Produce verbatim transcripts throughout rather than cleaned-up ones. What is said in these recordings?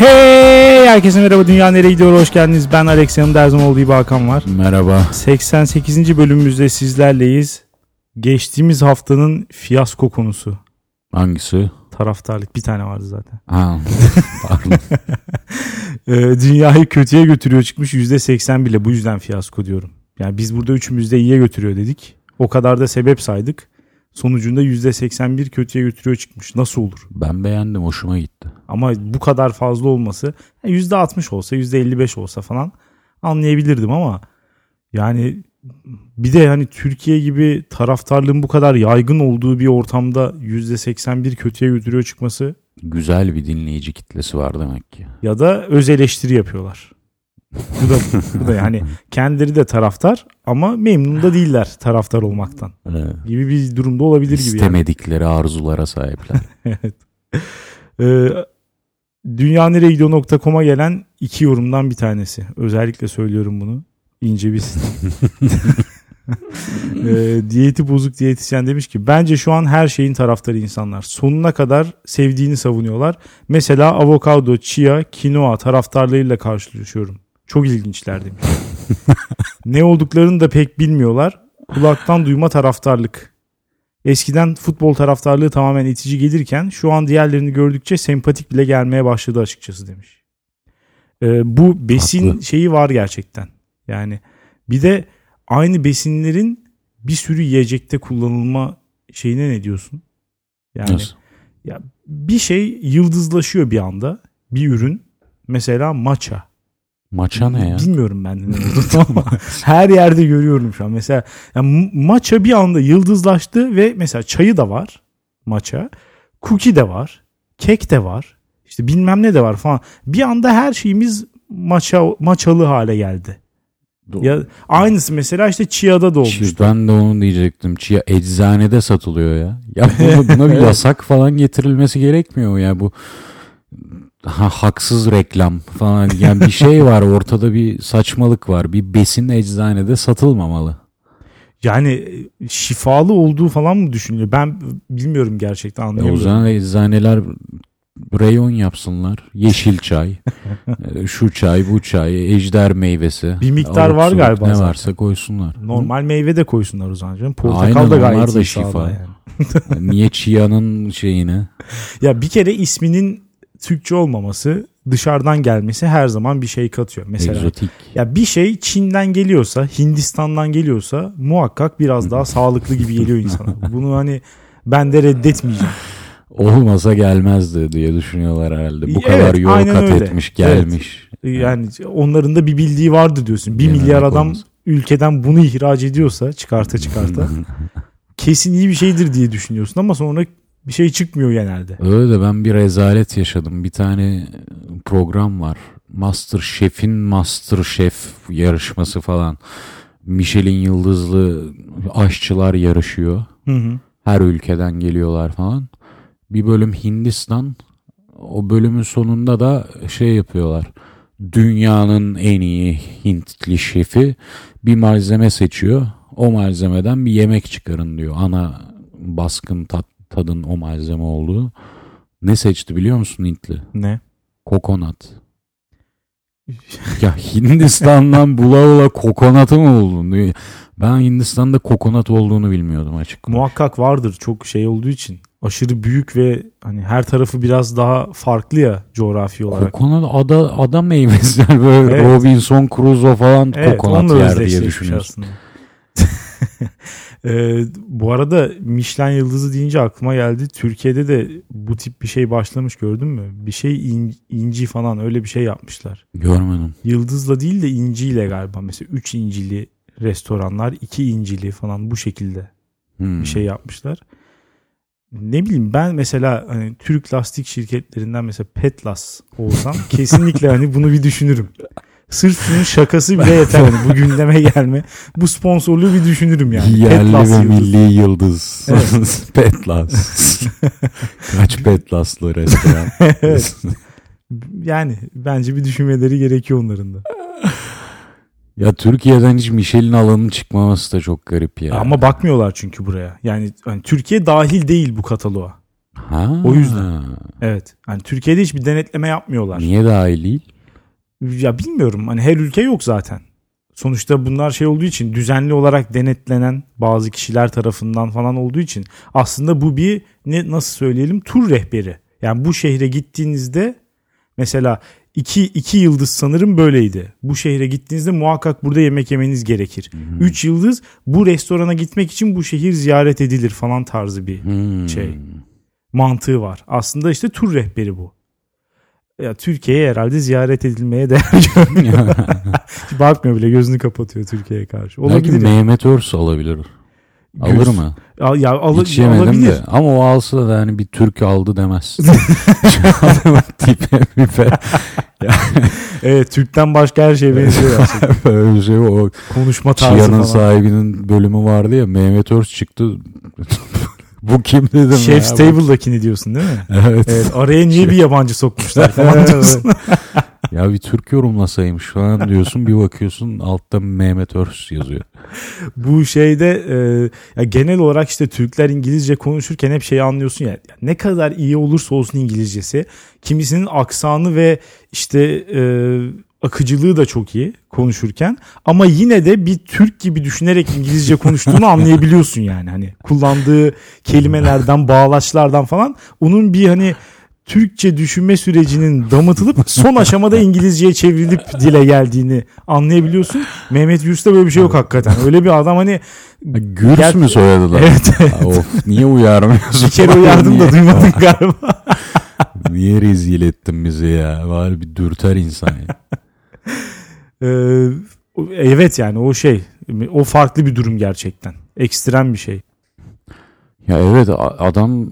Hey herkese merhaba, Dünya Nereye Gidiyor, hoş geldiniz. Ben Alex, yanımda her zaman olduğu gibi Hakan var. Merhaba. seksen sekizinci bölümümüzde sizlerleyiz. Geçtiğimiz haftanın fiyasko konusu. Hangisi? Taraftarlık, bir tane vardı zaten. Ha, pardon. Dünyayı kötüye götürüyor çıkmış yüzde seksen bile, bu yüzden fiyasko diyorum. Yani biz burada üçümüz de iyiye götürüyor dedik. O kadar da sebep saydık. Sonucunda yüzde seksen bir kötüye götürüyor çıkmış. Nasıl olur? Ben beğendim, hoşuma gitti. Ama bu kadar fazla olması, yüzde altmış olsa, yüzde elli beş olsa falan anlayabilirdim ama yani bir de hani Türkiye gibi taraftarlığın bu kadar yaygın olduğu bir ortamda yüzde seksen bir kötüye götürüyor çıkması. Güzel bir dinleyici kitlesi var demek ki. Ya da öz eleştiri yapıyorlar. Bu da, bu da yani kendileri de taraftar ama memnun da değiller taraftar olmaktan. Evet. Gibi bir durumda olabilir gibi. İstemedikleri yani. Arzulara sahipler. Evet. Ee, dünya nereye gidiyor nokta com'a gelen iki yorumdan bir tanesi. Özellikle söylüyorum bunu. İnce bir sistem. e, diyeti bozuk diyetisyen demiş ki bence şu an her şeyin taraftarı insanlar. Sonuna kadar sevdiğini savunuyorlar. Mesela avokado, chia, kinoa taraftarlarıyla karşılaşıyorum. Çok ilginçler demiş. Ne olduklarını da pek bilmiyorlar. Kulaktan duyma taraftarlık. Eskiden futbol taraftarlığı tamamen itici gelirken şu an diğerlerini gördükçe sempatik bile gelmeye başladı açıkçası demiş. Ee, bu besin Haklı. şeyi var gerçekten. Yani bir de aynı besinlerin bir sürü yiyecekte kullanılma şeyine ne diyorsun? Yani Nasıl? Ya bir şey yıldızlaşıyor bir anda. Bir ürün mesela matcha. Matcha ne ya? Bilmiyorum ben de ne olduğunu ama her yerde görüyorum şu an. Mesela yani matcha bir anda yıldızlaştı ve mesela çayı da var matcha. Cookie de var. Kek de var. İşte bilmem ne de var falan. Bir anda her şeyimiz matcha, matchalı hale geldi. Doğru. Ya aynısı mesela işte chia'da da olmuştu. Ben de onu diyecektim. Chia eczanede satılıyor ya. Ya buna, buna bir yasak falan getirilmesi gerekmiyor ya bu. Ha, haksız reklam falan, yani bir şey var ortada, bir saçmalık var. Bir besin eczanede satılmamalı. Yani şifalı olduğu falan mı düşünüyor? Ben bilmiyorum, gerçekten anlayamıyorum. E o zaman eczaneler reyon yapsınlar. Yeşil çay, şu çay, bu çay, ejder meyvesi. Bir miktar var suluk, galiba ne zaten. varsa koysunlar. Normal Hı? meyve de koysunlar o zaman canım. Portakal Aynen, da gayet onlar da iyi şifa. Yani. Niye chia'nın şeyini? Ya bir kere isminin Türkçe olmaması, dışarıdan gelmesi her zaman bir şey katıyor. Mesela egzotik. Ya bir şey Çin'den geliyorsa, Hindistan'dan geliyorsa muhakkak biraz daha sağlıklı gibi geliyor insana. Bunu hani ben de reddetmeyeceğim. Olmasa gelmezdi diye düşünüyorlar herhalde. Bu Evet, kadar yol kat öyle. etmiş, gelmiş. Evet. Yani onların da bir bildiği vardı diyorsun. Bir Genel milyar adam olmaz. ülkeden bunu ihraç ediyorsa, çıkarta çıkarta kesin iyi bir şeydir diye düşünüyorsun ama sonra bir şey çıkmıyor genelde. Öyle de ben bir rezalet yaşadım. Bir tane program var. MasterChef'in MasterChef yarışması falan. Michelin yıldızlı aşçılar yarışıyor. Hı hı. Her ülkeden geliyorlar falan. Bir bölüm Hindistan. O bölümün sonunda da şey yapıyorlar. Dünyanın en iyi Hintli şefi bir malzeme seçiyor. O malzemeden bir yemek çıkarın diyor. Ana baskın tat, tadın o malzeme olduğu. Ne seçti biliyor musun Hintli? Ne? Kokonat. Ya Hindistan'dan bula bula kokonatı mı buldun diyor. Ben Hindistan'da kokonat olduğunu bilmiyordum açık. Muhakkak vardır, çok şey olduğu için. Aşırı büyük ve hani her tarafı biraz daha farklı ya coğrafi olarak. Kokonat ada, ada meyvesi böyle evet. Robinson Crusoe falan evet, kokonat yer diye düşünüyorsun. ee, bu arada Michelin yıldızı deyince aklıma geldi. Türkiye'de de bu tip bir şey başlamış, gördün mü? Bir şey in, inci falan öyle bir şey yapmışlar. Görmedim. Yıldızla değil de inciyle galiba. Mesela üç incili restoranlar, iki incili falan bu şekilde hmm. bir şey yapmışlar. Ne bileyim ben mesela hani Türk lastik şirketlerinden mesela Petlas olsam kesinlikle hani bunu bir düşünürüm. Sırf şunun şakası bile yeter. Yani bu gündeme gelme. Bu sponsorluğu bir düşünürüm yani. Yerli Petlas ve yıldız. milli yıldız. Evet. Petlas. Kaç Petlaslı restoran. Evet. Yani bence bir düşünmeleri gerekiyor onların da. Ya Türkiye'den hiç Michelin alanının çıkmaması da çok garip ya. Ama bakmıyorlar çünkü buraya. Yani hani Türkiye dahil değil bu kataloğa. Ha. O yüzden. Evet. Hani Türkiye'de hiçbir denetleme yapmıyorlar. Niye dahil değil? Ya bilmiyorum. Hani her ülke yok zaten. Sonuçta bunlar şey olduğu için, düzenli olarak denetlenen bazı kişiler tarafından falan olduğu için aslında bu bir, ne nasıl söyleyelim, tur rehberi. Yani bu şehre gittiğinizde mesela iki, iki yıldız sanırım böyleydi. Bu şehre gittiğinizde muhakkak burada yemek yemeniz gerekir. Hmm. Üç yıldız bu restorana gitmek için bu şehir ziyaret edilir falan tarzı bir hmm. şey. Mantığı var. Aslında işte tur rehberi bu. Ya Türkiye'ye herhalde ziyaret edilmeye değer görmüyor. Bakmıyor bile, gözünü kapatıyor Türkiye'ye karşı. Olabilir. Belki Mehmet Örs alabilir. Göz, alır mı? Ya, ya al, hiç yemedim alabilir. De. Ama o alsa da yani bir Türk aldı demez. Tipe mipe. Evet, Türk'ten başka her şey benziyor gerçekten. Öyle şey o. Konuşma tarzı Çiyan'ın falan. sahibinin bölümü vardı ya, Mehmet Örs çıktı. Bu kim dedim Chef's ya. Table'dakini diyorsun değil mi? Evet. Evet. Araya niye bir yabancı sokmuşlar falan diyorsun. Ya bir Türk yorumlasaymış falan diyorsun, bir bakıyorsun altta Mehmet Örs yazıyor. Bu şeyde e, ya genel olarak işte Türkler İngilizce konuşurken hep şeyi anlıyorsun ya, ne kadar iyi olursa olsun İngilizcesi, kimisinin aksanı ve işte e, akıcılığı da çok iyi konuşurken, ama yine de bir Türk gibi düşünerek İngilizce konuştuğunu anlayabiliyorsun yani. Hani kullandığı kelimelerden, bağlaçlardan falan onun bir hani Türkçe düşünme sürecinin damıtılıp son aşamada İngilizceye çevrilip dile geldiğini anlayabiliyorsun. Mehmet Gürs'te böyle bir şey yok hakikaten. Öyle bir adam hani. Gürs ger- mü soyadılar? Evet. evet. Ha, of, niye uyarmıyorsun? Bir kere uyardım da duymadın galiba. Niye rezil ettin bizi ya? Var bir dürter insan ya. Ee, evet yani o şey, o farklı bir durum gerçekten. Ekstrem bir şey. Ya evet, adam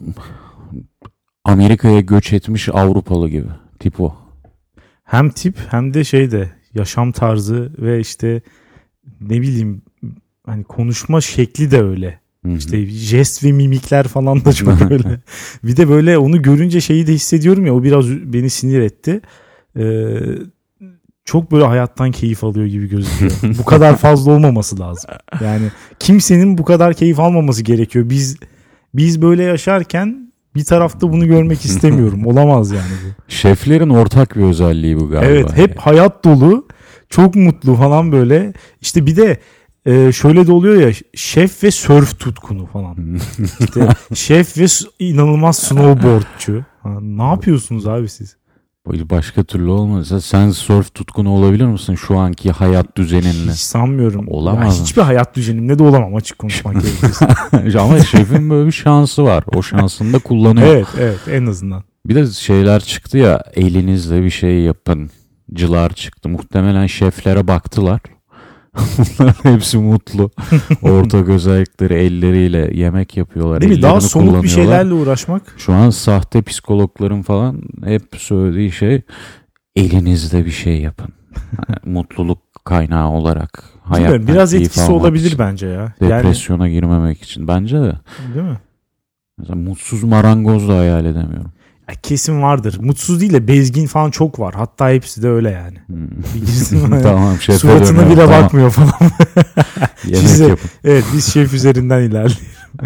Amerika'ya göç etmiş Avrupalı gibi. Tip o. Hem tip hem de şey de, yaşam tarzı ve işte ne bileyim hani konuşma şekli de öyle. Hı-hı. İşte jest ve mimikler falan da çok öyle. Bir de böyle onu görünce şeyi de hissediyorum ya, o biraz beni sinir etti. Ee, çok böyle hayattan keyif alıyor gibi gözüküyor. Bu kadar fazla olmaması lazım. Yani kimsenin bu kadar keyif almaması gerekiyor. Biz biz böyle yaşarken bir tarafta bunu görmek istemiyorum. Olamaz yani bu. Şeflerin ortak bir özelliği bu galiba. Evet, hep yani. Hayat dolu, çok mutlu falan böyle. İşte bir de e, şöyle de oluyor ya, şef ve sörf tutkunu falan. İşte şef ve inanılmaz snowboardçu. Ha, ne yapıyorsunuz abi siz? Başka türlü olmaz. Sen surf tutkunu olabilir misin şu anki hayat düzeninle? Hiç sanmıyorum. Olamaz. Yani hiçbir hayat düzenimle de olamam, açık konuşmak gerekirse. Ama şefin böyle bir şansı var. O şansını da kullanıyor. Evet, evet, en azından. Bir de şeyler çıktı ya, elinizle bir şey yapın. Cılar çıktı. Muhtemelen şeflere baktılar. Bunların hepsi mutlu. Ortak özellikleri, elleriyle yemek yapıyorlar. Değil mi? Daha somut bir şeylerle uğraşmak. Şu an sahte psikologların falan hep söylediği şey, elinizde bir şey yapın. Yani mutluluk kaynağı olarak. Hayattan biraz etkisi olabilir için, bence ya. Depresyona yani, girmemek için bence de. Değil mi? Mesela mutsuz marangoz da hayal edemiyorum. Kesin vardır. Mutsuz değil de bezgin falan çok var. Hatta hepsi de öyle yani. Hmm. Bir girsin tamam, şefe suratına bile tamam. bakmıyor falan. Yemek Size, yapın. Evet, biz şef üzerinden ilerleyelim.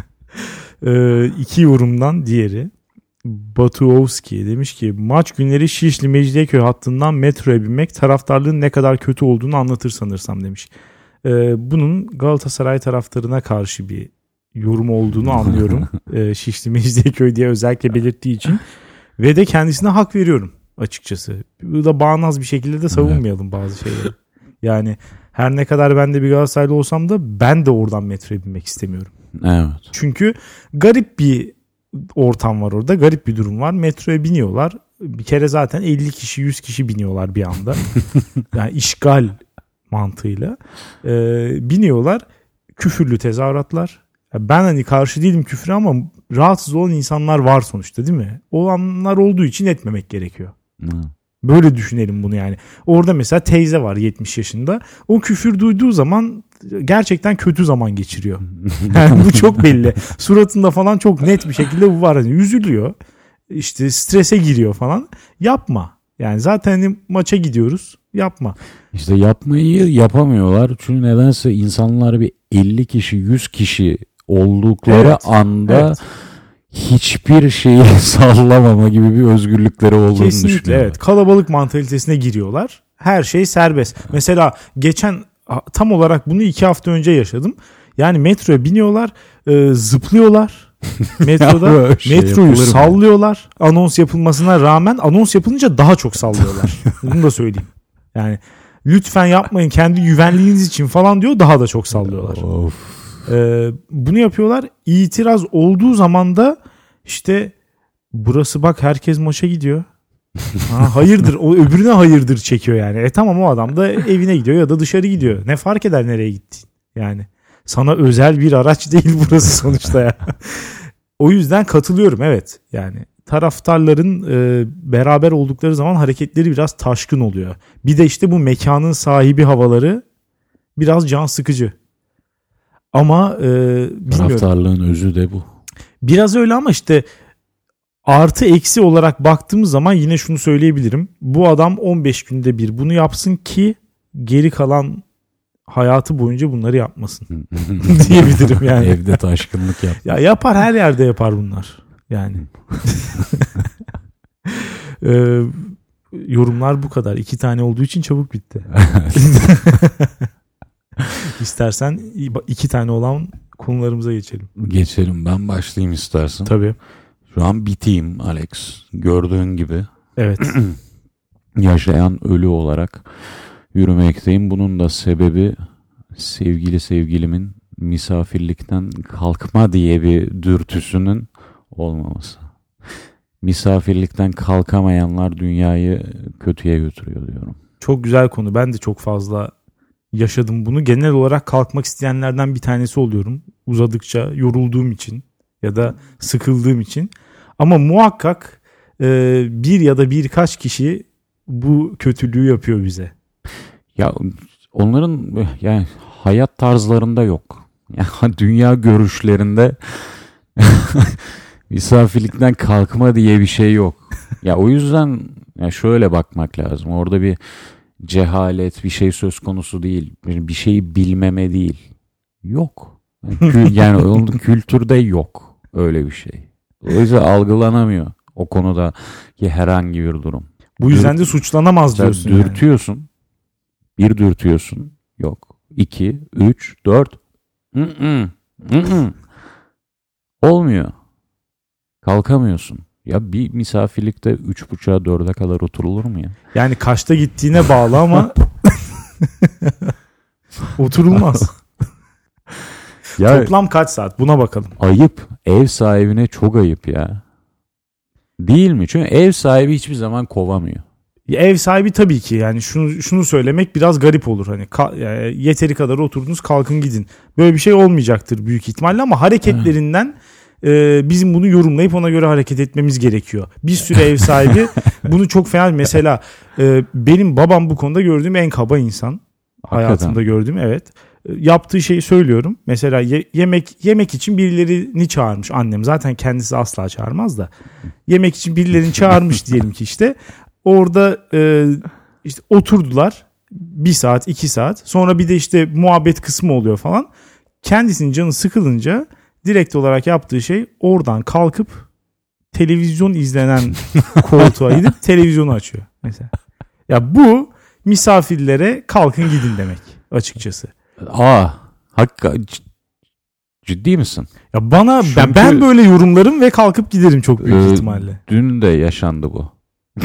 ee, iki yorumdan diğeri. Batuovski demiş ki, maç günleri Şişli Mecidiyeköy hattından metroya binmek taraftarlığın ne kadar kötü olduğunu anlatır sanırsam demiş. Ee, bunun Galatasaray taraftarına karşı bir yorum olduğunu anlıyorum. ee, Şişli Mecidiyeköy diye özellikle belirttiği için. Ve de kendisine hak veriyorum açıkçası. Bu da bağnaz bir şekilde de savunmayalım bazı şeyleri. Yani her ne kadar ben de bir Galatasaraylı olsam da ben de oradan metroya binmek istemiyorum. Evet. Çünkü garip bir ortam var orada. Garip bir durum var. Metroya biniyorlar. Bir kere zaten elli kişi yüz kişi biniyorlar bir anda. Yani işgal mantığıyla. Ee, biniyorlar. Küfürlü tezahüratlar. Ben hani karşı değilim küfre ama rahatsız olan insanlar var sonuçta, değil mi? Olanlar olduğu için etmemek gerekiyor. Hmm. Böyle düşünelim bunu yani. Orada mesela teyze var yetmiş yaşında. O küfür duyduğu zaman gerçekten kötü zaman geçiriyor. Yani bu çok belli. Suratında falan çok net bir şekilde bu var. Yani üzülüyor. İşte strese giriyor falan. Yapma. Yani zaten hani maça gidiyoruz. Yapma. İşte yapmayı yapamıyorlar. Çünkü nedense insanlar bir elli kişi yüz kişi oldukları evet, anda evet. hiçbir şeyi sallamama gibi bir özgürlükleri olduğunu Kesinlikle düşünüyorum. evet. Kalabalık mantalitesine giriyorlar. Her şey serbest. Mesela geçen tam olarak bunu iki hafta önce yaşadım. Yani metroya biniyorlar, e, zıplıyorlar. Metroda şey metroyu sallıyorlar. Anons yapılmasına rağmen anons yapılınca daha çok sallıyorlar. Bunu da söyleyeyim. Yani lütfen yapmayın kendi güvenliğiniz için falan diyor, daha da çok sallıyorlar. Of. Ee, bunu yapıyorlar. İtiraz olduğu zaman da işte burası bak herkes maça gidiyor. Ha, hayırdır, o öbürüne hayırdır çekiyor yani. E tamam, o adam da evine gidiyor ya da dışarı gidiyor. Ne fark eder nereye gittiğin? Yani sana özel bir araç değil burası sonuçta ya. O yüzden katılıyorum, evet. Yani taraftarların e, beraber oldukları zaman hareketleri biraz taşkın oluyor. Bir de işte bu mekanın sahibi havaları biraz can sıkıcı. Ama e, bilmiyorum. Taraftarlığın özü de bu. Biraz öyle ama işte artı eksi olarak baktığımız zaman yine şunu söyleyebilirim. Bu adam on beş günde bir bunu yapsın ki geri kalan hayatı boyunca bunları yapmasın diyebilirim yani. Evde taşkınlık yap. Ya yapar, her yerde yapar bunlar. Yani. ee, yorumlar bu kadar. İki tane olduğu için çabuk bitti. İstersen iki tane olan konularımıza geçelim. Geçelim. Ben başlayayım istersen. Tabii. Şu an biteyim Alex. Gördüğün gibi. Evet. Yaşayan ölü olarak yürümekteyim. Bunun da sebebi sevgili sevgilimin misafirlikten kalkma diye bir dürtüsünün olmaması. Misafirlikten kalkamayanlar dünyayı kötüye götürüyor diyorum. Çok güzel konu. Ben de çok fazla yaşadım bunu. Genel olarak kalkmak isteyenlerden bir tanesi oluyorum. Uzadıkça yorulduğum için ya da sıkıldığım için. Ama muhakkak e, bir ya da birkaç kişi bu kötülüğü yapıyor bize. Ya onların yani hayat tarzlarında yok. Yani dünya görüşlerinde misafirlikten kalkma diye bir şey yok. Ya o yüzden ya şöyle bakmak lazım. Orada bir cehalet, bir şey söz konusu değil. Bir şeyi bilmeme değil. Yok. Yani, yani onun kültürde yok öyle bir şey. O yüzden algılanamıyor o konudaki herhangi bir durum. Bu yüzden de suçlanamaz diyorsun. Yani. Dürtüyorsun. Bir dürtüyorsun. Yok. İki, üç, dört. Mm-mm. Mm-mm. Olmuyor. Kalkamıyorsun. Ya bir misafirlikte üç buçuğa dörde kadar oturulur mu ya? Yani kaçta gittiğine bağlı ama oturulmaz. Ya, toplam kaç saat? Buna bakalım. Ayıp. Ev sahibine çok ayıp ya. Değil mi? Çünkü ev sahibi hiçbir zaman kovamıyor. Ev sahibi tabii ki, yani şunu şunu söylemek biraz garip olur. Hani ka- yani yeteri kadar oturdunuz, kalkın gidin. Böyle bir şey olmayacaktır büyük ihtimalle ama hareketlerinden e, bizim bunu yorumlayıp ona göre hareket etmemiz gerekiyor. Bir sürü ev sahibi bunu çok fena. Mesela e, benim babam bu konuda gördüğüm en kaba insan. Hakikaten. Hayatımda gördüğüm, evet. Yaptığı şeyi söylüyorum. Mesela ye- yemek yemek için birilerini çağırmış annem. Zaten kendisi asla çağırmaz da. Yemek için birilerini çağırmış diyelim ki işte. Orada e, işte oturdular bir saat iki saat, sonra bir de işte muhabbet kısmı oluyor falan. Kendisinin canı sıkılınca direkt olarak yaptığı şey oradan kalkıp televizyon izlenen koltuğa gidip televizyonu açıyor mesela. Ya bu misafirlere kalkın gidin demek açıkçası. Aa, hakika ciddi misin? Ya bana Çünkü, ben, ben böyle yorumlarım ve kalkıp giderim çok büyük e, ihtimalle. Dün de yaşandı bu.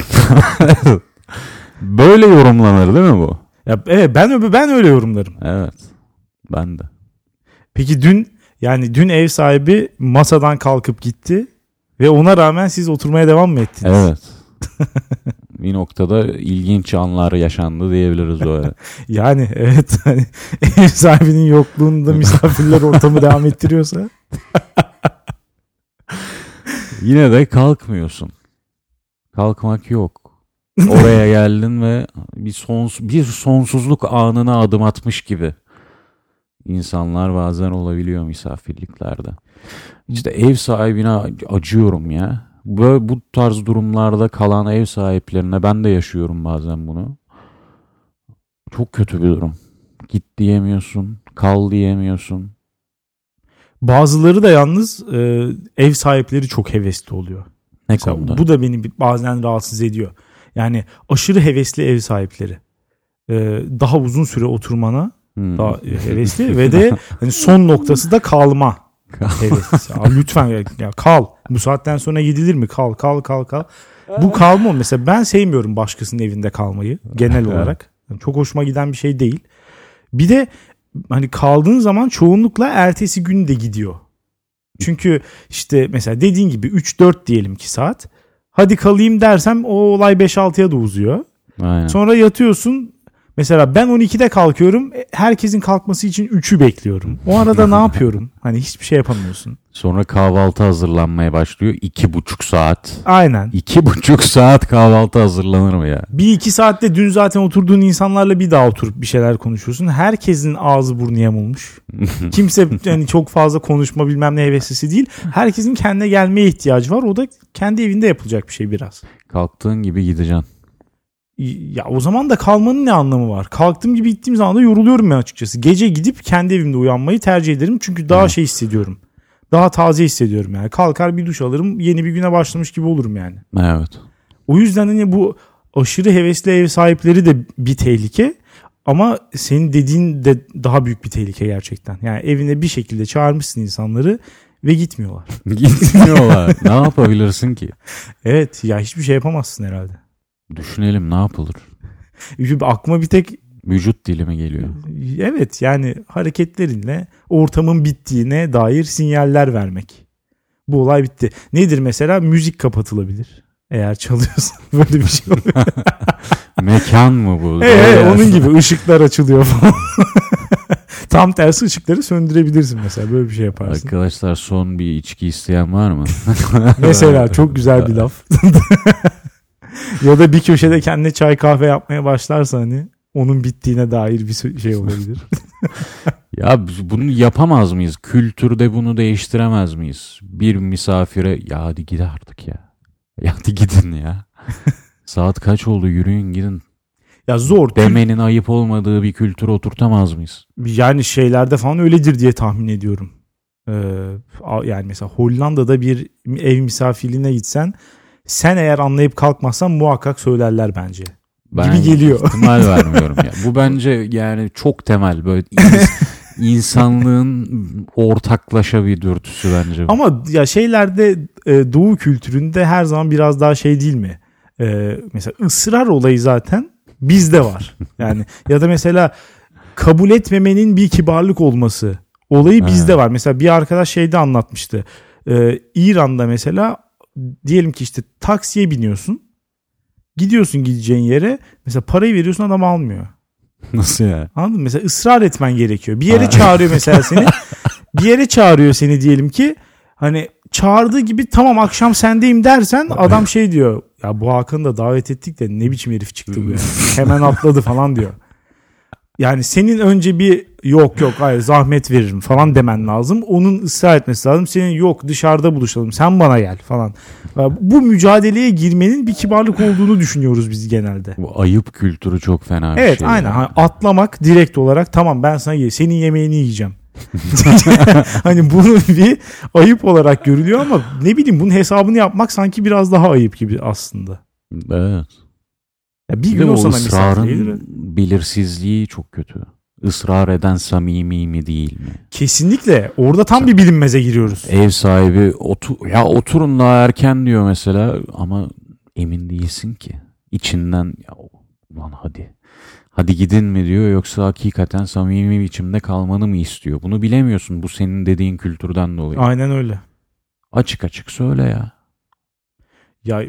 Böyle yorumlanır değil mi bu? Ya evet, ben ben öyle yorumlarım. Evet. Ben de. Peki dün yani dün ev sahibi masadan kalkıp gitti ve ona rağmen siz oturmaya devam mı ettiniz? Evet. Bir noktada ilginç anlar yaşandı diyebiliriz o ara. Yani evet, hani ev sahibinin yokluğunda misafirler ortamı devam ettiriyorsa. Yine de kalkmıyorsun. Kalkmak yok. Oraya geldin ve bir sons bir sonsuzluk anına adım atmış gibi insanlar bazen olabiliyor misafirliklerde. İşte ev sahibine acıyorum ya. Böyle bu tarz durumlarda kalan ev sahiplerine, ben de yaşıyorum bazen bunu. Çok kötü bir durum. Git diyemiyorsun, kal diyemiyorsun. Bazıları da yalnız e, ev sahipleri çok hevesli oluyor. Ne Mesela konuda? bu da beni bazen rahatsız ediyor. Yani aşırı hevesli ev sahipleri. E, daha uzun süre oturmana Hmm. daha hevesli ve de hani son noktası da kalma hevesli. Ya lütfen ya, ya kal. Bu saatten sonra gidilir mi? Kal kal kal kal. Bu kalma mesela, ben sevmiyorum başkasının evinde kalmayı genel olarak. Yani çok hoşuma giden bir şey değil. Bir de hani kaldığın zaman çoğunlukla ertesi gün de gidiyor. Çünkü işte mesela dediğin gibi üç dört diyelim ki saat. Hadi kalayım dersem o olay beş altıya da uzuyor. Aynen. Sonra yatıyorsun. Mesela ben on ikide kalkıyorum. Herkesin kalkması için üçü bekliyorum. O arada ne yapıyorum? Hani hiçbir şey yapamıyorsun. Sonra kahvaltı hazırlanmaya başlıyor. İki buçuk saat. Aynen. İki buçuk saat kahvaltı hazırlanır mı ya? Bir iki saatte dün zaten oturduğun insanlarla bir daha oturup bir şeyler konuşuyorsun. Herkesin ağzı burnu yamulmuş. Kimse yani çok fazla konuşma bilmem ne heveslisi değil. Herkesin kendine gelmeye ihtiyacı var. O da kendi evinde yapılacak bir şey biraz. Kalktığın gibi gideceksin. Ya o zaman da kalmanın ne anlamı var? Kalktığım gibi gittiğim zaman da yoruluyorum ben açıkçası. Gece gidip kendi evimde uyanmayı tercih ederim. Çünkü daha şey hissediyorum. Daha taze hissediyorum yani. Kalkar bir duş alırım. Yeni bir güne başlamış gibi olurum yani. Evet. O yüzden hani bu aşırı hevesli ev sahipleri de bir tehlike. Ama senin dediğin de daha büyük bir tehlike gerçekten. Yani evine bir şekilde çağırmışsın insanları ve gitmiyorlar. Gitmiyorlar. Ne yapabilirsin ki? Evet ya, hiçbir şey yapamazsın herhalde. Düşünelim, ne yapılır? Çünkü aklıma bir tek Vücut dili mi geliyor? evet yani hareketlerinle ortamın bittiğine dair sinyaller vermek. Bu olay bitti. Nedir mesela? Müzik kapatılabilir. Eğer çalıyorsan böyle bir şey oluyor. Mekan mı bu? Evet, evet onun gibi ışıklar açılıyor falan. Tam tersi ışıkları söndürebilirsin mesela, böyle bir şey yaparsın. Arkadaşlar son bir içki isteyen var mı? Mesela çok güzel bir laf. Ya da bir köşede kendine çay kahve yapmaya başlarsa hani onun bittiğine dair bir şey olabilir. Ya bunu yapamaz mıyız? Kültürde bunu değiştiremez miyiz? Bir misafire ya hadi gid artık ya. Ya hadi gidin ya. Saat kaç oldu, yürüyün gidin. Ya zor. Demenin ayıp olmadığı bir kültüre oturtamaz mıyız? Yani şeylerde falan öyledir diye tahmin ediyorum. Ee, yani mesela Hollanda'da bir ev misafirliğine gitsen, sen eğer anlayıp kalkmazsan muhakkak söylerler bence. Ben gibi geliyor. ihtimal vermiyorum ya. Bu bence yani çok temel, böyle ins- insanlığın ortaklaşa bir dürtüsü bence. Ama ya şeylerde e, Doğu kültüründe her zaman biraz daha şey değil mi? E, mesela ısrar olayı zaten bizde var. Yani ya da mesela kabul etmemenin bir kibarlık olması olayı bizde var. Mesela bir arkadaş şeyde anlatmıştı. E, İran'da mesela diyelim ki işte taksiye biniyorsun. Gidiyorsun gideceğin yere. Mesela parayı veriyorsun, adam almıyor. Nasıl ya? Anladın mı? Mesela ısrar etmen gerekiyor. Bir yere çağırıyor mesela seni. Bir yere çağırıyor seni diyelim ki. Hani çağırdığı gibi tamam akşam sendeyim dersen adam şey diyor. Ya bu Hakan'ı da davet ettik de ne biçim herif çıktı bu ya. Hemen atladı falan diyor. Yani senin önce bir yok yok hayır zahmet veririm falan demen lazım. Onun ısrar etmesi lazım. Senin yok dışarıda buluşalım sen bana gel falan. Bu mücadeleye girmenin bir kibarlık olduğunu düşünüyoruz biz genelde. Bu ayıp kültürü çok fena bir evet, şey. Evet aynen. Yani. Atlamak direkt olarak tamam ben sana ye, senin yemeğini yiyeceğim. Hani bunu bir ayıp olarak görülüyor ama ne bileyim bunun hesabını yapmak sanki biraz daha ayıp gibi aslında. Evet. Ya bir, bir gün de o o sana ısrarın belirsizliği çok kötü. Israr eden samimi mi değil mi? Kesinlikle. Orada tam bir bilinmeze giriyoruz. Ev sahibi otur ya oturun daha erken diyor mesela ama emin değilsin ki. İçinden ya ulan hadi. Hadi gidin mi diyor yoksa hakikaten samimi biçimde kalmanı mı istiyor? Bunu bilemiyorsun, bu senin dediğin kültürden dolayı. Aynen öyle. Açık açık söyle ya. Ya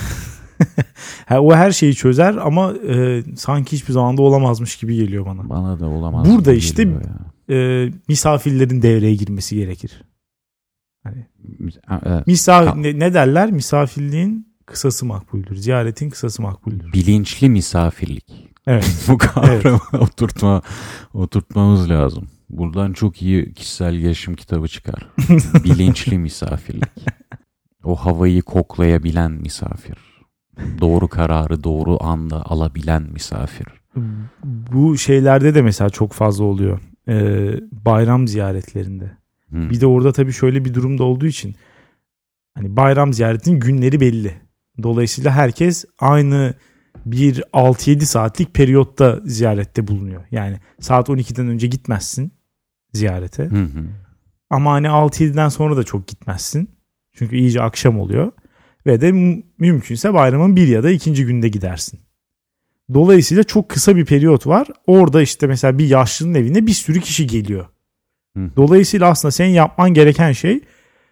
o her şeyi çözer ama e, sanki hiçbir zamanda olamazmış gibi geliyor bana. Bana da olamaz. Burada işte e, misafirlerin devreye girmesi gerekir. Hani, evet. misafir, ne, ne derler? Misafirliğin kısası makbuldür. Ziyaretin kısası makbuldür. Bilinçli misafirlik. Evet. Bu kavramı evet. oturtma, oturtmamız lazım. Buradan çok iyi kişisel gelişim kitabı çıkar. Bilinçli misafirlik. O havayı koklayabilen misafir. Doğru kararı doğru anda alabilen misafir. Bu şeylerde de mesela çok fazla oluyor. Ee, bayram ziyaretlerinde. Hmm. Bir de orada tabii şöyle bir durumda olduğu için hani bayram ziyaretinin günleri belli. Dolayısıyla herkes aynı bir altı yedi saatlik periyotta ziyarette bulunuyor. Yani saat on ikiden önce gitmezsin ziyarete. Hı hı. Ama hani altı yediden sonra da çok gitmezsin. Çünkü iyice akşam oluyor. Ve de m- mümkünse bayramın bir ya da ikinci günde gidersin. Dolayısıyla çok kısa bir periyot var. Orada işte mesela bir yaşlının evine bir sürü kişi geliyor. Hı. Dolayısıyla aslında senin yapman gereken şey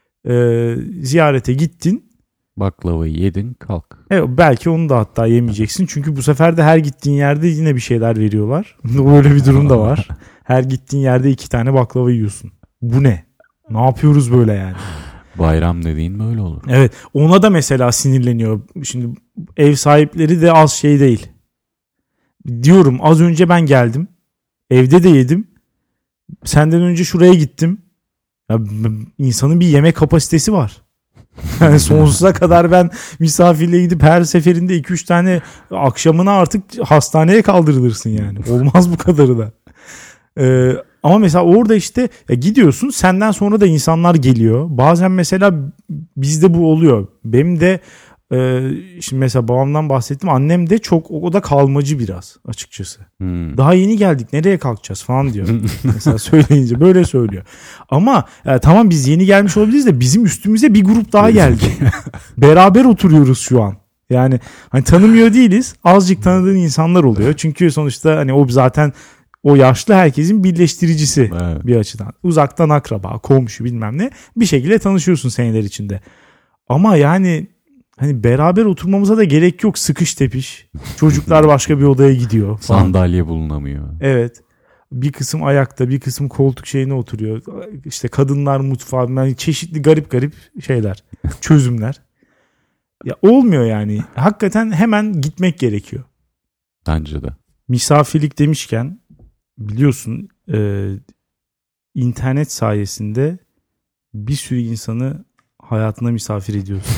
e, ziyarete gittin. Baklavayı yedin kalk. Evet, belki onu da hatta yemeyeceksin. Çünkü bu sefer de her gittiğin yerde yine bir şeyler veriyorlar. Böyle bir durum da var. Her gittiğin yerde iki tane baklava yiyorsun. Bu ne? Ne yapıyoruz böyle yani? Bayram dediğin böyle olur. Evet, ona da mesela sinirleniyor. Şimdi ev sahipleri de az şey değil. Diyorum az önce ben geldim. Evde de yedim. Senden önce şuraya gittim. Ya, insanın bir yemek kapasitesi var. Yani sonsuza kadar ben misafirle gidip her seferinde iki üç tane akşamına artık hastaneye kaldırılırsın yani. Olmaz bu kadarı da. Ee, ama mesela orada işte ya gidiyorsun, senden sonra da insanlar geliyor. Bazen mesela bizde bu oluyor. Benim de e, şimdi mesela babamdan bahsettim. Annem de çok, o da kalmacı biraz açıkçası. Hmm. Daha yeni geldik, nereye kalkacağız falan diyor. Mesela söyleyince böyle söylüyor. Ama e, tamam biz yeni gelmiş olabiliriz de bizim üstümüze bir grup daha geldi. Beraber oturuyoruz şu an. Yani hani tanımıyor değiliz. Azıcık tanıdığın insanlar oluyor. Çünkü sonuçta hani o zaten o yaşlı herkesin birleştiricisi Evet. bir açıdan. Uzaktan akraba, komşu bilmem ne. Bir şekilde tanışıyorsun seneler içinde. Ama yani hani beraber oturmamıza da gerek yok, sıkış tepiş. Çocuklar başka bir odaya gidiyor falan. Sandalye bulunamıyor. Evet. Bir kısım ayakta, bir kısım koltuk şeyine oturuyor. İşte kadınlar mutfağı, yani çeşitli garip garip şeyler, çözümler. Ya olmuyor yani. Hakikaten hemen gitmek gerekiyor. Bence de. Misafirlik demişken biliyorsun e, internet sayesinde bir sürü insanı hayatına misafir ediyorsun.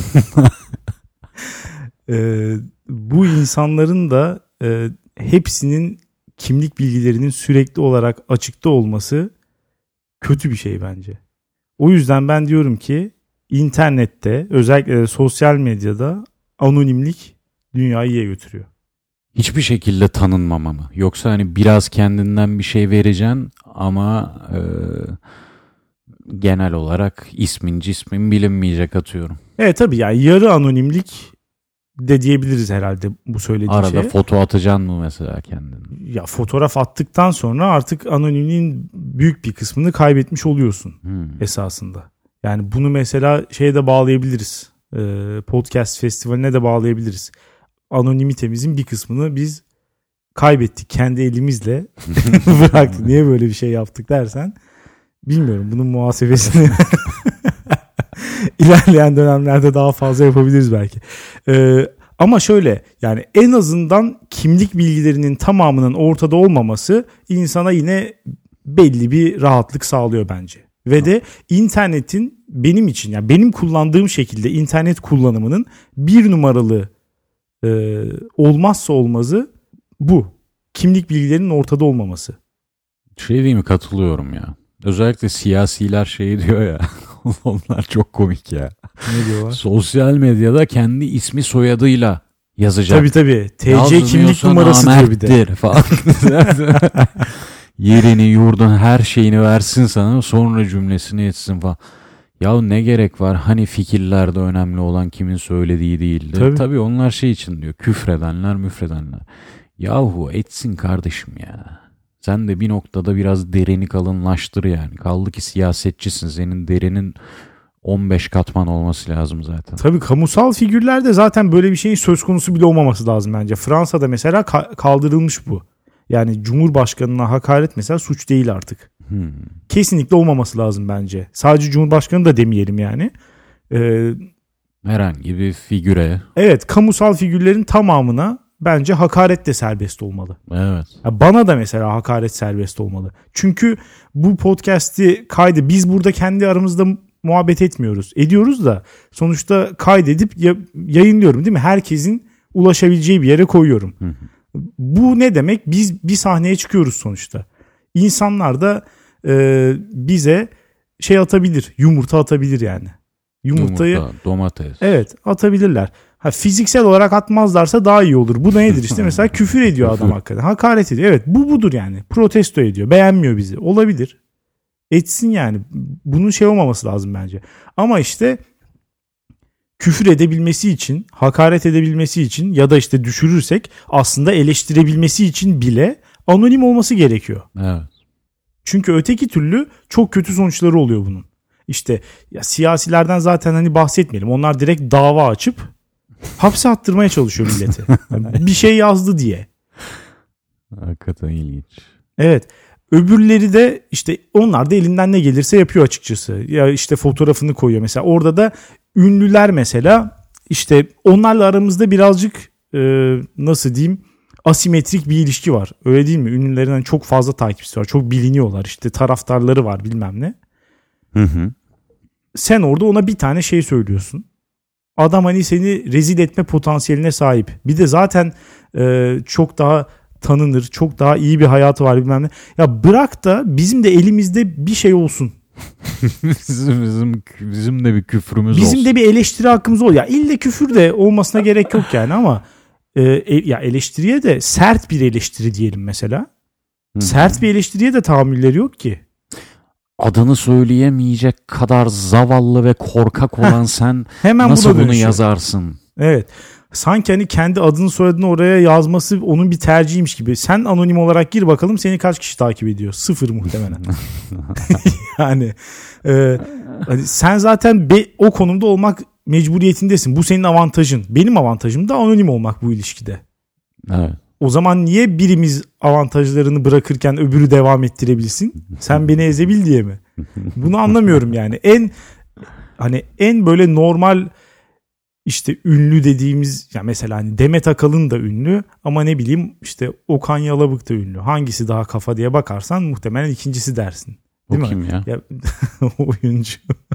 e, bu insanların da e, hepsinin kimlik bilgilerinin sürekli olarak açıkta olması kötü bir şey bence. O yüzden ben diyorum ki internette, özellikle de sosyal medyada anonimlik dünyayı iyiye götürüyor. Hiçbir şekilde tanınmama mı? Yoksa hani biraz kendinden bir şey vereceksin ama e, genel olarak ismin cismin bilinmeyecek atıyorum. Evet tabii, yani yarı anonimlik de diyebiliriz herhalde bu söylediğin Arada şeye. foto atacaksın mı mesela kendini? Ya fotoğraf attıktan sonra artık anonimliğin büyük bir kısmını kaybetmiş oluyorsun Hmm. esasında. Yani bunu mesela şeye de bağlayabiliriz. Ee, podcast festivaline de bağlayabiliriz. Anonimitemizin bir kısmını biz kaybettik kendi elimizle. Bıraktık. Niye böyle bir şey yaptık dersen bilmiyorum. Bunun muhasebesini ilerleyen dönemlerde daha fazla yapabiliriz belki. Ee, ama şöyle, yani en azından kimlik bilgilerinin tamamının ortada olmaması insana yine belli bir rahatlık sağlıyor bence. Ve de internetin benim için, yani benim kullandığım şekilde internet kullanımının bir numaralı e, olmazsa olmazı bu. Kimlik bilgilerinin ortada olmaması. Şey değil mi, katılıyorum ya. Özellikle siyasiler şey diyor ya. Onlar çok komik ya. Ne diyorlar? Sosyal medyada kendi ismi soyadıyla yazacak. Tabii tabii. T C kimlik Yazmıyorsa numarası diyor bir de. namerttir falan. Yerini, yurdun, her şeyini versin sana, sonra cümlesini etsin falan. Ya ne gerek var? Hani fikirlerde önemli olan kimin söylediği değildir. Tabii. Tabii onlar şey için diyor. Küfredenler, müfredenler. Yahu etsin kardeşim ya. Sen de bir noktada biraz derini kalınlaştır yani. Kaldı ki siyasetçisin. Senin derinin on beş katman olması lazım zaten. Tabii kamusal figürlerde zaten böyle bir şeyin söz konusu bile olmaması lazım bence. Fransa'da mesela ka- kaldırılmış bu. Yani Cumhurbaşkanına hakaret mesela suç değil artık. Hmm. Kesinlikle olmaması lazım bence. Sadece Cumhurbaşkanı da demeyelim yani. Ee, Herhangi bir figüre. evet, kamusal figürlerin tamamına bence hakaret de serbest olmalı. Evet. Ya bana da mesela hakaret serbest olmalı. Çünkü bu podcast'i kaydı. Biz burada kendi aramızda muhabbet etmiyoruz. Ediyoruz da sonuçta kaydedip ya- yayınlıyorum değil mi? Herkesin ulaşabileceği bir yere koyuyorum. Hı hı. Bu ne demek? Biz bir sahneye çıkıyoruz sonuçta. İnsanlar da e, bize şey atabilir. Yumurta atabilir yani. Yumurtayı Yumurta, domates. Evet, atabilirler. Ha, fiziksel olarak atmazlarsa daha iyi olur. Bu nedir işte? Mesela küfür ediyor adam hakikaten. Hakaret ediyor. Evet, bu budur yani. Protesto ediyor. Beğenmiyor bizi. Olabilir. Etsin yani. Bunun şey olmaması lazım bence. Ama işte küfür edebilmesi için, hakaret edebilmesi için ya da işte düşürürsek aslında eleştirebilmesi için bile anonim olması gerekiyor. Evet. Çünkü öteki türlü çok kötü sonuçları oluyor bunun. İşte ya siyasilerden zaten hani bahsetmeyelim. Onlar direkt dava açıp hapse attırmaya çalışıyor milleti. Yani bir şey yazdı diye. Hakikaten ilginç. Evet. Öbürleri de işte onlar da elinden ne gelirse yapıyor açıkçası. Ya işte fotoğrafını koyuyor mesela. Orada da ünlüler mesela işte onlarla aramızda birazcık e, nasıl diyeyim asimetrik bir ilişki var. Öyle değil mi? Ünlülerin çok fazla takipçisi var. Çok biliniyorlar. İşte taraftarları var bilmem ne. Hı hı. Sen orada ona bir tane şey söylüyorsun. Adam hani seni rezil etme potansiyeline sahip. Bir de zaten e, çok daha tanınır, çok daha iyi bir hayatı var bilmem ne. Ya bırak da bizim de elimizde bir şey olsun. bizim, bizim, bizim de bir küfrümüz bizim olsun. Bizim de bir eleştiri hakkımız ol. Ya ille küfür de olmasına gerek yok yani ama e, ya eleştiriye de sert bir eleştiri diyelim mesela. Hı-hı. Sert bir eleştiriye de tahammülleri yok ki. Adını söyleyemeyecek kadar zavallı ve korkak olan sen hemen nasıl bunu dönüşüyor. Yazarsın? Evet. Sanki hani kendi adını soyadını oraya yazması onun bir tercihiymiş gibi. Sen anonim olarak gir bakalım seni kaç kişi takip ediyor? Sıfır muhtemelen. yani e, hani sen zaten be, o konumda olmak mecburiyetindesin. Bu senin avantajın. Benim avantajım da anonim olmak bu ilişkide. Evet. O zaman niye birimiz avantajlarını bırakırken öbürü devam ettirebilsin? Sen beni ezebil diye mi? Bunu anlamıyorum yani. En hani en böyle normal işte ünlü dediğimiz ya mesela hani Demet Akalın da ünlü ama ne bileyim işte Okan Yalabık da ünlü. Hangisi daha kafa diye bakarsan muhtemelen ikincisi dersin. Değil o mi? Kim ya? ya oyuncu.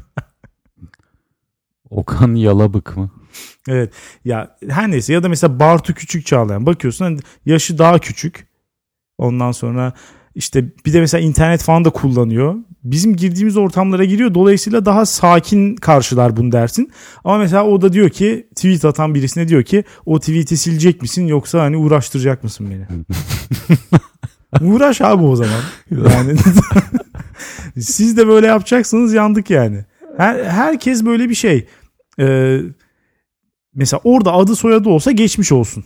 Okan Yalabık mı? Evet ya her neyse ya da mesela Bartu Küçük Çağlayan bakıyorsun hani yaşı daha küçük. Ondan sonra işte bir de mesela internet falan da kullanıyor. Bizim girdiğimiz ortamlara giriyor. Dolayısıyla daha sakin karşılar bunu dersin. Ama mesela o da diyor ki tweet atan birisine diyor ki o tweet'i silecek misin yoksa hani uğraştıracak mısın beni? Uğraş abi o zaman. Yani siz de böyle yapacaksınız yandık yani. Her, herkes böyle bir şey. Ee, mesela orada adı soyadı olsa geçmiş olsun.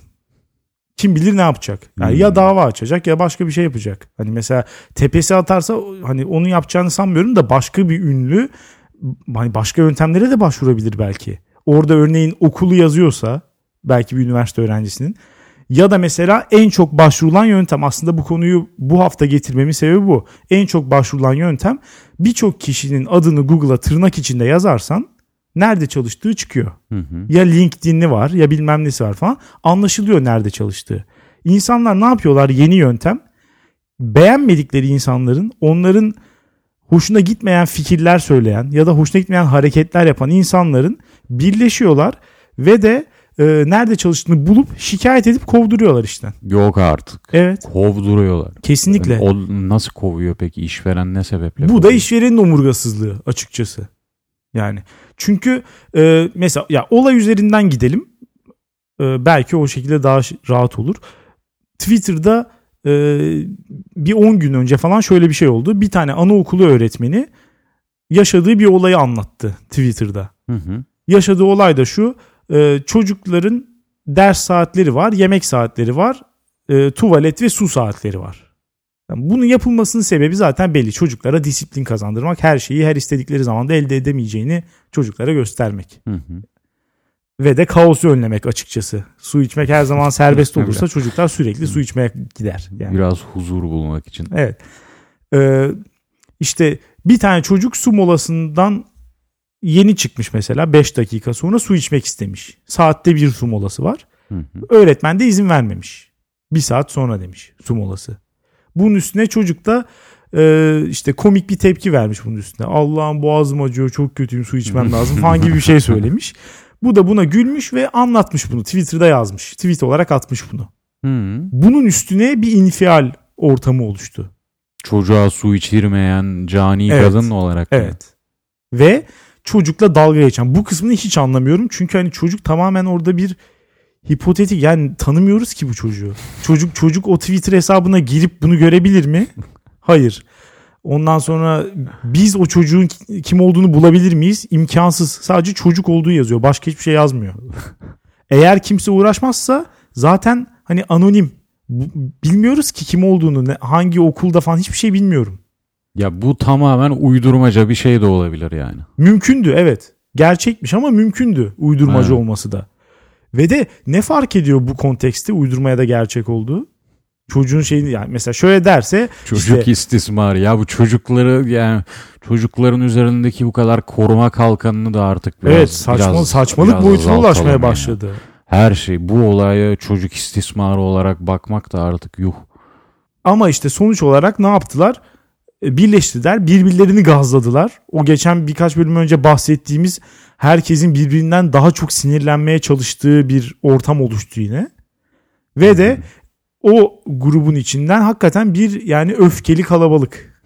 Kim bilir ne yapacak? Yani hmm. ya dava açacak ya başka bir şey yapacak. Hani mesela tepesi atarsa hani onu yapacağını sanmıyorum da başka bir ünlü hani başka yöntemlere de başvurabilir belki. Orada örneğin okulu yazıyorsa belki bir üniversite öğrencisinin ya da mesela en çok başvurulan yöntem aslında bu konuyu bu hafta getirmemin sebebi bu. En çok başvurulan yöntem birçok kişinin adını Google'a tırnak içinde yazarsan nerede çalıştığı çıkıyor. Hı hı. Ya LinkedIn'i var ya bilmem nesi var falan. Anlaşılıyor nerede çalıştığı. İnsanlar ne yapıyorlar? Yeni yöntem. Beğenmedikleri insanların onların hoşuna gitmeyen fikirler söyleyen ya da hoşuna gitmeyen hareketler yapan insanların birleşiyorlar ve de e, nerede çalıştığını bulup şikayet edip kovduruyorlar işten. Yok artık. Evet. Kovduruyorlar. Kesinlikle. Yani o nasıl kovuyor peki? İşveren ne sebeple Bu kovuyor? da işverenin omurgasızlığı açıkçası. Yani çünkü e, mesela ya olay üzerinden gidelim. E, belki o şekilde daha rahat olur. Twitter'da e, bir on gün önce falan şöyle bir şey oldu. Bir tane anaokulu öğretmeni yaşadığı bir olayı anlattı Twitter'da. Hı hı. Yaşadığı olay da şu. E, çocukların ders saatleri var, yemek saatleri var, e, tuvalet ve su saatleri var. Yani bunun yapılmasının sebebi zaten belli. Çocuklara disiplin kazandırmak, her şeyi her istedikleri zamanda elde edemeyeceğini çocuklara göstermek. Hı hı. Ve de kaosu önlemek açıkçası. Su içmek her zaman serbest olursa çocuklar sürekli su içmeye gider. Yani. Biraz huzur bulmak için. Evet. Ee, işte bir tane çocuk su molasından yeni çıkmış mesela beş dakika sonra su içmek istemiş. Saatte bir su molası var. Hı hı. Öğretmen de izin vermemiş. Bir saat sonra demiş su molası. Bunun üstüne çocuk da e, işte komik bir tepki vermiş bunun üstüne. Allah'ım boğazım acıyor, çok kötüyüm, su içmem lazım falan gibi bir şey söylemiş. Bu da buna gülmüş ve anlatmış bunu. Twitter'da yazmış. Tweet olarak atmış bunu. Hmm. Bunun üstüne bir infial ortamı oluştu. çocuğa su içirmeyen cani Evet. kadın olarak. mı? Evet. Ve çocukla dalga geçen. Bu kısmını hiç anlamıyorum. Çünkü hani çocuk tamamen orada bir hipotetik, yani tanımıyoruz ki bu çocuğu. Çocuk çocuk o Twitter hesabına girip bunu görebilir mi? Hayır. Ondan sonra biz o çocuğun kim olduğunu bulabilir miyiz? İmkansız. Sadece çocuk olduğu yazıyor. Başka hiçbir şey yazmıyor. Eğer kimse uğraşmazsa zaten hani anonim. Bilmiyoruz ki kim olduğunu, ne, hangi okulda falan hiçbir şey bilmiyorum. Ya bu tamamen uydurmaca bir şey de olabilir yani. Mümkündü, evet. Gerçekmiş ama mümkündü uydurmacı Evet. olması da. Ve de ne fark ediyor bu kontekste uydurmaya da gerçek olduğu? Çocuğun şeyini, yani mesela şöyle derse Çocuk işte, istismarı. Ya bu çocukları, yani çocukların üzerindeki bu kadar koruma kalkanını da artık biraz, evet saçma biraz, saçmalık biraz boyutuna azaltalım ulaşmaya yani. başladı. Her şey, bu olaya çocuk istismarı olarak bakmak da artık yuh. Ama işte sonuç olarak ne yaptılar? Birleştiler, birbirlerini gazladılar. O geçen birkaç bölüm önce bahsettiğimiz herkesin birbirinden daha çok sinirlenmeye çalıştığı bir ortam oluştu yine. Ve de o grubun içinden hakikaten bir yani öfkeli kalabalık.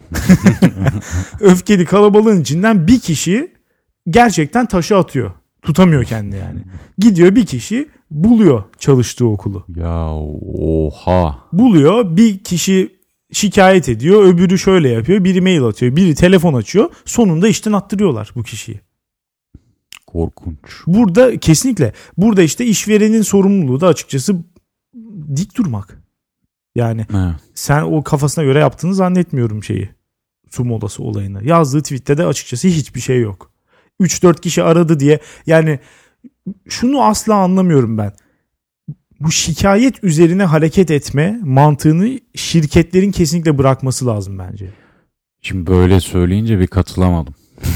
Öfkeli kalabalığın içinden bir kişi gerçekten taşı atıyor. Tutamıyor kendini yani. Gidiyor bir kişi buluyor çalıştığı okulu. Ya oha. Buluyor, bir kişi şikayet ediyor, öbürü şöyle yapıyor, biri mail atıyor, biri telefon açıyor. Sonunda işten attırıyorlar bu kişiyi. Korkunç. Burada kesinlikle, burada işte işverenin sorumluluğu da açıkçası dik durmak. Yani Evet. sen o kafasına göre yaptığını zannetmiyorum şeyi. Su molası olayını. Yazdığı tweette de açıkçası hiçbir şey yok. üç dört kişi aradı diye, yani şunu asla anlamıyorum ben. Bu şikayet üzerine hareket etme mantığını şirketlerin kesinlikle bırakması lazım bence. Şimdi böyle söyleyince bir katılamadım.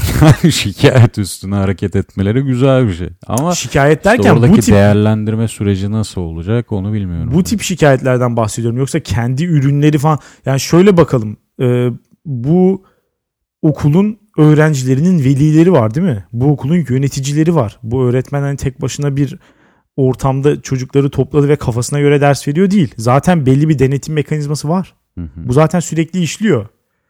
Şikayet üstüne hareket etmeleri güzel bir şey. Ama Şikayet işte derken oradaki bu tip değerlendirme süreci nasıl olacak onu bilmiyorum. bu tip şikayetlerden bahsediyorum. Yoksa kendi ürünleri falan. Yani şöyle bakalım. E, bu okulun öğrencilerinin velileri var değil mi? Bu okulun yöneticileri var. Bu öğretmen hani tek başına bir ortamda çocukları topladı ve kafasına göre ders veriyor değil. Zaten belli bir denetim mekanizması var. Hı hı. Bu zaten sürekli işliyor.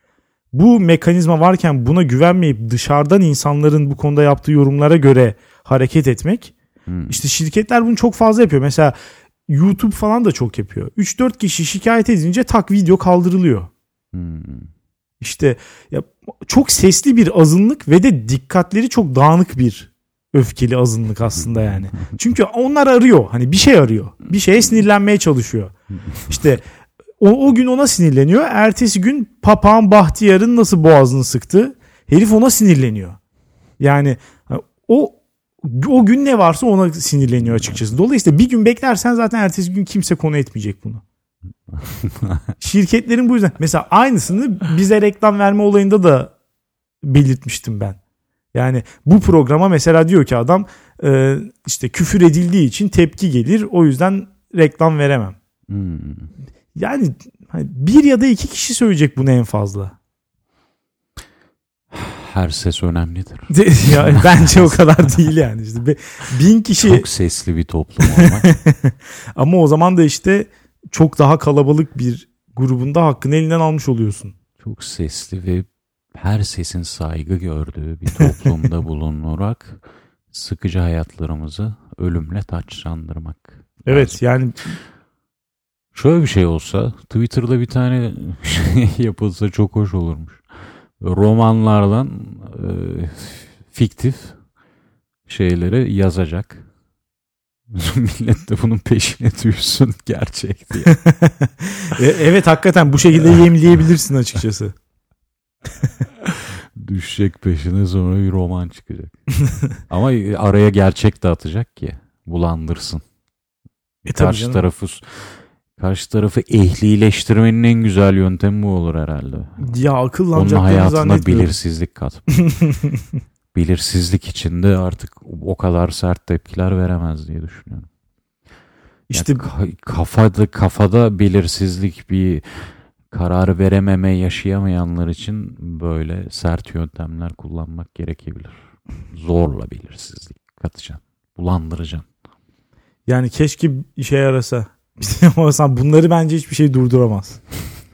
Bu mekanizma varken buna güvenmeyip dışarıdan insanların bu konuda yaptığı yorumlara göre hareket etmek. Hmm. İşte şirketler bunu çok fazla yapıyor. Mesela YouTube falan da çok yapıyor. üç dört kişi şikayet edince tak video kaldırılıyor. Hmm. İşte ya, çok sesli bir azınlık ve de dikkatleri çok dağınık bir öfkeli azınlık aslında yani. Çünkü onlar arıyor. Hani bir şey arıyor. Bir şeye sinirlenmeye çalışıyor. İşte o, o gün ona sinirleniyor. Ertesi gün papağan Bahtiyar'ın nasıl boğazını sıktı. Herif ona sinirleniyor. Yani o o gün ne varsa ona sinirleniyor açıkçası. Dolayısıyla bir gün beklersen zaten ertesi gün kimse konu etmeyecek bunu. Şirketlerin bu yüzden mesela aynısını bize reklam verme olayında da belirtmiştim ben. Yani bu programa mesela diyor ki adam e, işte küfür edildiği için tepki gelir, o yüzden reklam veremem. Hmm. Yani bir ya da iki kişi söyleyecek bunu en fazla. Her ses önemlidir. Ya, bence o kadar değil yani. İşte bin kişi. Çok sesli bir toplum olmak. Ama o zaman da işte çok daha kalabalık bir grubunda hakkını elinden almış oluyorsun. Çok sesli ve her sesin saygı gördüğü bir toplumda bulunarak sıkıcı hayatlarımızı ölümle taçlandırmak. Evet lazım. yani. Şöyle bir şey olsa, Twitter'da bir tane şey yapılsa çok hoş olurmuş. Romanlardan e, fiktif şeyleri yazacak. Millet de bunun peşine düşsün gerçek diye. Evet hakikaten bu şekilde yemleyebilirsin açıkçası. Düşecek peşine, sonra bir roman çıkacak. Ama araya gerçek de atacak ki bulandırsın. E, karşı canım. tarafı karşı tarafı ehlileştirmenin en güzel yöntemi bu olur herhalde. Ya Onun akıllanacaklarını hayatına zannetmiyorum. belirsizlik kat. Belirsizlik içinde artık o kadar sert tepkiler veremez diye düşünüyorum. İşte yani kafada kafada belirsizlik, bir karar verememe yaşayamayanlar için böyle sert yöntemler kullanmak gerekebilir. Zorla belirsizlik katacaksın, bulandıracaksın. yani keşke işe yarasa. Ama bunları bence hiçbir şey durduramaz.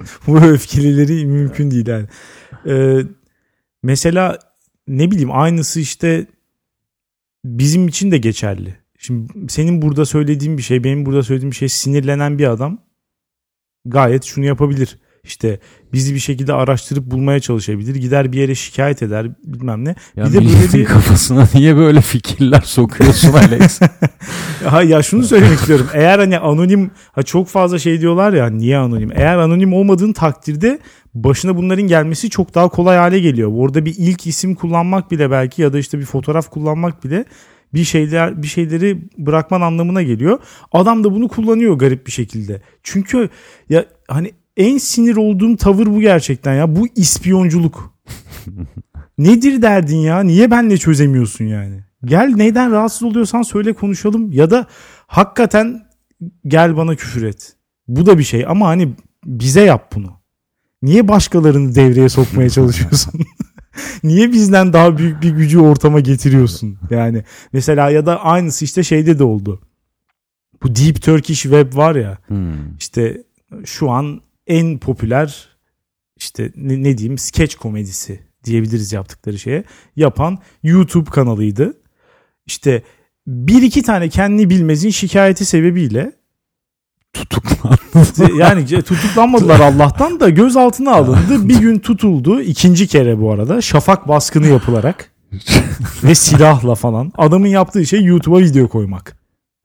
Bu öfkelileri mümkün değil yani. Ee, mesela ne bileyim aynısı işte bizim için de geçerli. Şimdi senin burada söylediğin bir şey, benim burada söylediğim bir şey, sinirlenen bir adam gayet şunu yapabilir. İşte bizi bir şekilde araştırıp bulmaya çalışabilir. Gider bir yere şikayet eder bilmem ne. Ya bir de milletin bir... kafasına niye böyle fikirler sokuyorsun Alex? ha, ya şunu söylemek istiyorum. Eğer hani anonim, ha çok fazla şey diyorlar ya, niye anonim? Eğer anonim olmadığın takdirde başına bunların gelmesi çok daha kolay hale geliyor. Orada bir ilk isim kullanmak bile belki ya da işte bir fotoğraf kullanmak bile bir şeyler bir şeyleri bırakman anlamına geliyor. Adam da bunu kullanıyor garip bir şekilde. Çünkü ya hani en sinir olduğum tavır bu gerçekten ya. Bu ispiyonculuk. Nedir derdin ya? Niye benle çözemiyorsun yani? Gel neyden rahatsız oluyorsan söyle konuşalım. Ya da hakikaten gel bana küfür et. Bu da bir şey ama hani bize yap bunu. Niye başkalarını devreye sokmaya çalışıyorsun? Niye bizden daha büyük bir gücü ortama getiriyorsun? Yani mesela ya da aynısı işte şeyde de oldu. Bu Deep Turkish Web var ya. Hmm. İşte şu an en popüler işte ne, ne diyeyim sketch komedisi diyebiliriz yaptıkları şeye yapan YouTube kanalıydı. İşte bir iki tane kendi bilmezin şikayeti sebebiyle tutuklandı. Yani tutuklanmadılar Allah'tan da gözaltına alındı. Bir gün tutuldu. İkinci kere bu arada şafak baskını yapılarak ve silahla falan. Adamın yaptığı şey YouTube'a video koymak.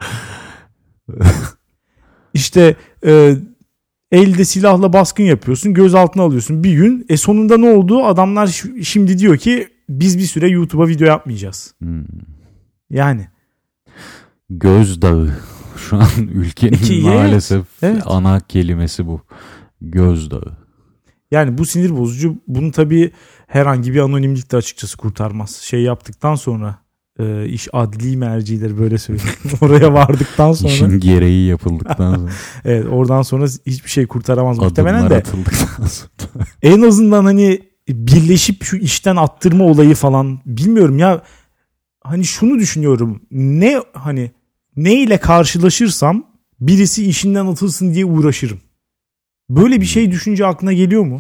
İşte e, elde silahla baskın yapıyorsun, gözaltına alıyorsun bir gün. E sonunda ne oldu? Adamlar ş- şimdi diyor ki biz bir süre YouTube'a video yapmayacağız. Hmm. Yani. Gözdağı. Şu an ülkenin İki, maalesef evet. ana kelimesi bu. Gözdağı. Yani bu sinir bozucu. Bunu tabii herhangi bir anonimlik de açıkçası kurtarmaz. Şey yaptıktan sonra e, iş adli mercileri böyle söyleyeyim. Oraya vardıktan sonra. İşin gereği yapıldıktan sonra. Evet, oradan sonra hiçbir şey kurtaramaz muhtemelen de. Atıldıktan sonra. En azından hani birleşip şu işten attırma olayı falan bilmiyorum ya. Hani şunu düşünüyorum. Ne hani ne ile karşılaşırsam birisi işinden atılsın diye uğraşırım. Böyle bir şey düşünce aklına geliyor mu?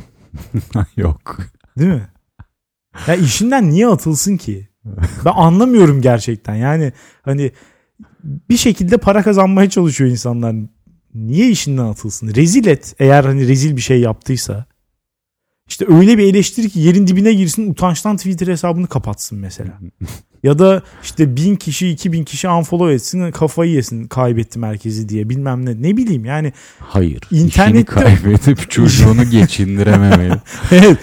Yok. Değil mi? Ya işinden niye atılsın ki? Ben anlamıyorum gerçekten. Yani hani bir şekilde para kazanmaya çalışıyor insanlar. Niye işinden atılsın? Rezil et eğer hani rezil bir şey yaptıysa. İşte öyle bir eleştir ki yerin dibine girsin, utançtan Twitter hesabını kapatsın mesela. Ya da işte bin kişi iki bin kişi unfollow etsin, kafayı yesin kaybetti merkezi diye bilmem ne. Ne bileyim yani. Hayır. İnternette... İşini kaybedip çocuğunu geçindirememeli. Evet.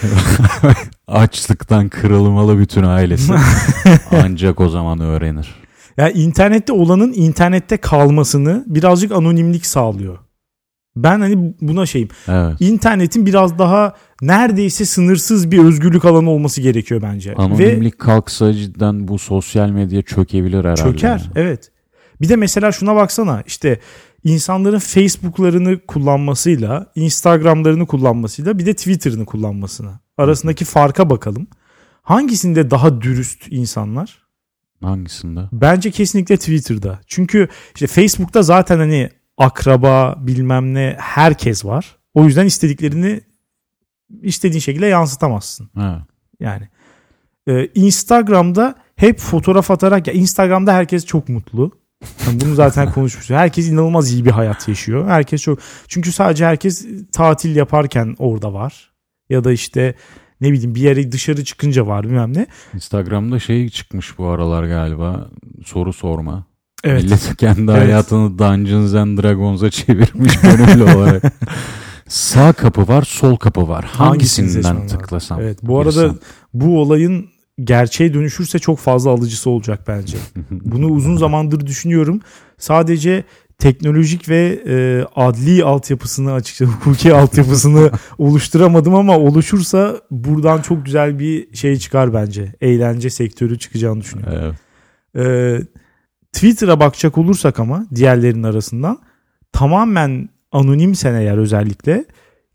Açlıktan kırılmalı bütün ailesi. Ancak o zaman öğrenir. Yani internette olanın internette kalmasını birazcık anonimlik sağlıyor. Ben hani buna şeyim. Evet. İnternetin biraz daha neredeyse sınırsız bir özgürlük alanı olması gerekiyor bence. Anonimlik Ve kalksa cidden bu sosyal medya çökebilir herhalde. Çöker, yani. Evet. Bir de mesela şuna baksana, işte insanların Facebook'larını kullanmasıyla, Instagram'larını kullanmasıyla bir de Twitter'ını kullanmasına arasındaki farka bakalım. Hangisinde daha dürüst insanlar? Hangisinde? Bence kesinlikle Twitter'da. Çünkü işte Facebook'ta zaten hani akraba bilmem ne herkes var. O yüzden istediklerini istediğin şekilde yansıtamazsın. Evet. Yani e, Instagram'da hep fotoğraf atarak, ya Instagram'da herkes çok mutlu. Yani bunu zaten konuşmuşuz. Herkes inanılmaz iyi bir hayat yaşıyor. Herkes çok, çünkü sadece herkes tatil yaparken orada var. Ya da işte ne bileyim bir yere dışarı çıkınca var bilmem ne. Instagram'da şey çıkmış bu aralar galiba, soru sorma. Evet. Millet kendi evet. hayatını Dungeons and Dragons'a çevirmiş gönüllü olarak. Sağ kapı var, sol kapı var. Hangisinden tıklasam? Evet. Bu arada girsem. Bu olayın gerçeğe dönüşürse çok fazla alıcısı olacak bence. Bunu uzun zamandır düşünüyorum. Sadece teknolojik ve e, adli altyapısını, açıkçası hukuki altyapısını oluşturamadım ama oluşursa buradan çok güzel bir şey çıkar bence. Eğlence sektörü çıkacağını düşünüyorum. Evet. E, Twitter'a bakacak olursak ama diğerlerinin arasından tamamen anonimsen eğer özellikle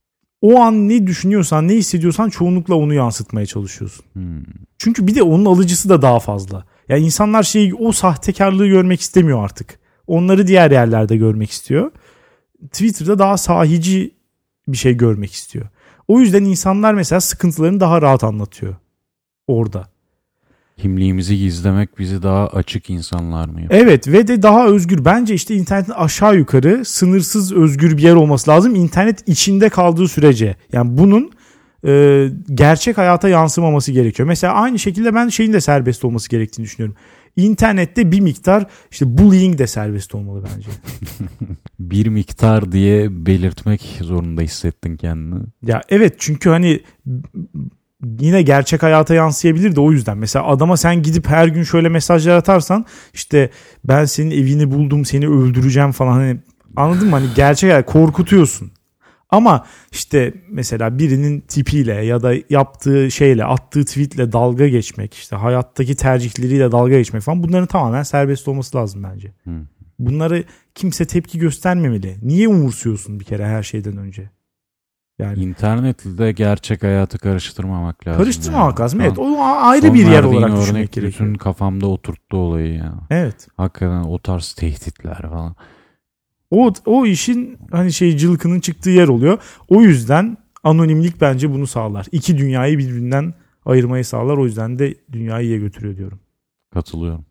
o an ne düşünüyorsan, ne hissediyorsan çoğunlukla onu yansıtmaya çalışıyorsun. Hmm. Çünkü bir de onun alıcısı da daha fazla. Yani insanlar şey, o sahtekarlığı görmek istemiyor artık. Onları diğer yerlerde görmek istiyor. Twitter'da daha sahici bir şey görmek istiyor. O yüzden insanlar mesela sıkıntılarını daha rahat anlatıyor orada. Kimliğimizi gizlemek bizi daha açık insanlar mı yapıyor? Evet ve de daha özgür. Bence işte internetin aşağı yukarı sınırsız özgür bir yer olması lazım. İnternet içinde kaldığı sürece. Yani bunun e, gerçek hayata yansımaması gerekiyor. Mesela aynı şekilde ben şeyin de serbest olması gerektiğini düşünüyorum. İnternette bir miktar işte bullying de serbest olmalı bence. Bir miktar diye belirtmek zorunda hissettin kendini. Ya evet, çünkü hani yine gerçek hayata yansıyabilir de o yüzden. Mesela adama sen gidip her gün şöyle mesajlar atarsan işte ben senin evini buldum, seni öldüreceğim falan, hani anladın mı? Hani gerçek hayat korkutuyorsun. Ama işte mesela birinin tipiyle ya da yaptığı şeyle, attığı tweetle dalga geçmek, işte hayattaki tercihleriyle dalga geçmek falan, bunların tamamen serbest olması lazım bence. Hı. Bunları kimse tepki göstermemeli. Niye umursuyorsun bir kere her şeyden önce? Yani İnternetle gerçek hayatı karıştırmamak lazım. karıştırmamak yani. lazım. Tamam. Evet, o ayrı Son bir yer verdiğin olarak düşünmek örnek gerekiyor. bütün kafamda oturttu olayı ya. Evet. Hakikaten o tarz tehditler falan. O o işin hani şey cılkının çıktığı yer oluyor. O yüzden anonimlik bence bunu sağlar. İki dünyayı birbirinden ayırmayı sağlar. O yüzden de dünyayı iyiye götürüyor diyorum. Katılıyorum.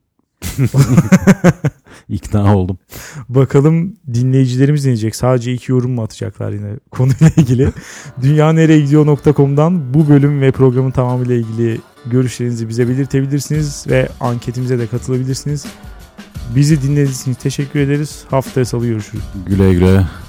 İkna oldum. Bakalım dinleyicilerimiz ne diyecek? Sadece iki yorum mu atacaklar yine konuyla ilgili? dünya nereye gidiyor nokta com'dan bu bölüm ve programın tamamıyla ilgili görüşlerinizi bize belirtebilirsiniz ve anketimize de katılabilirsiniz. Bizi dinlediğiniz için teşekkür ederiz. Haftaya salı görüşürüz. Güle güle.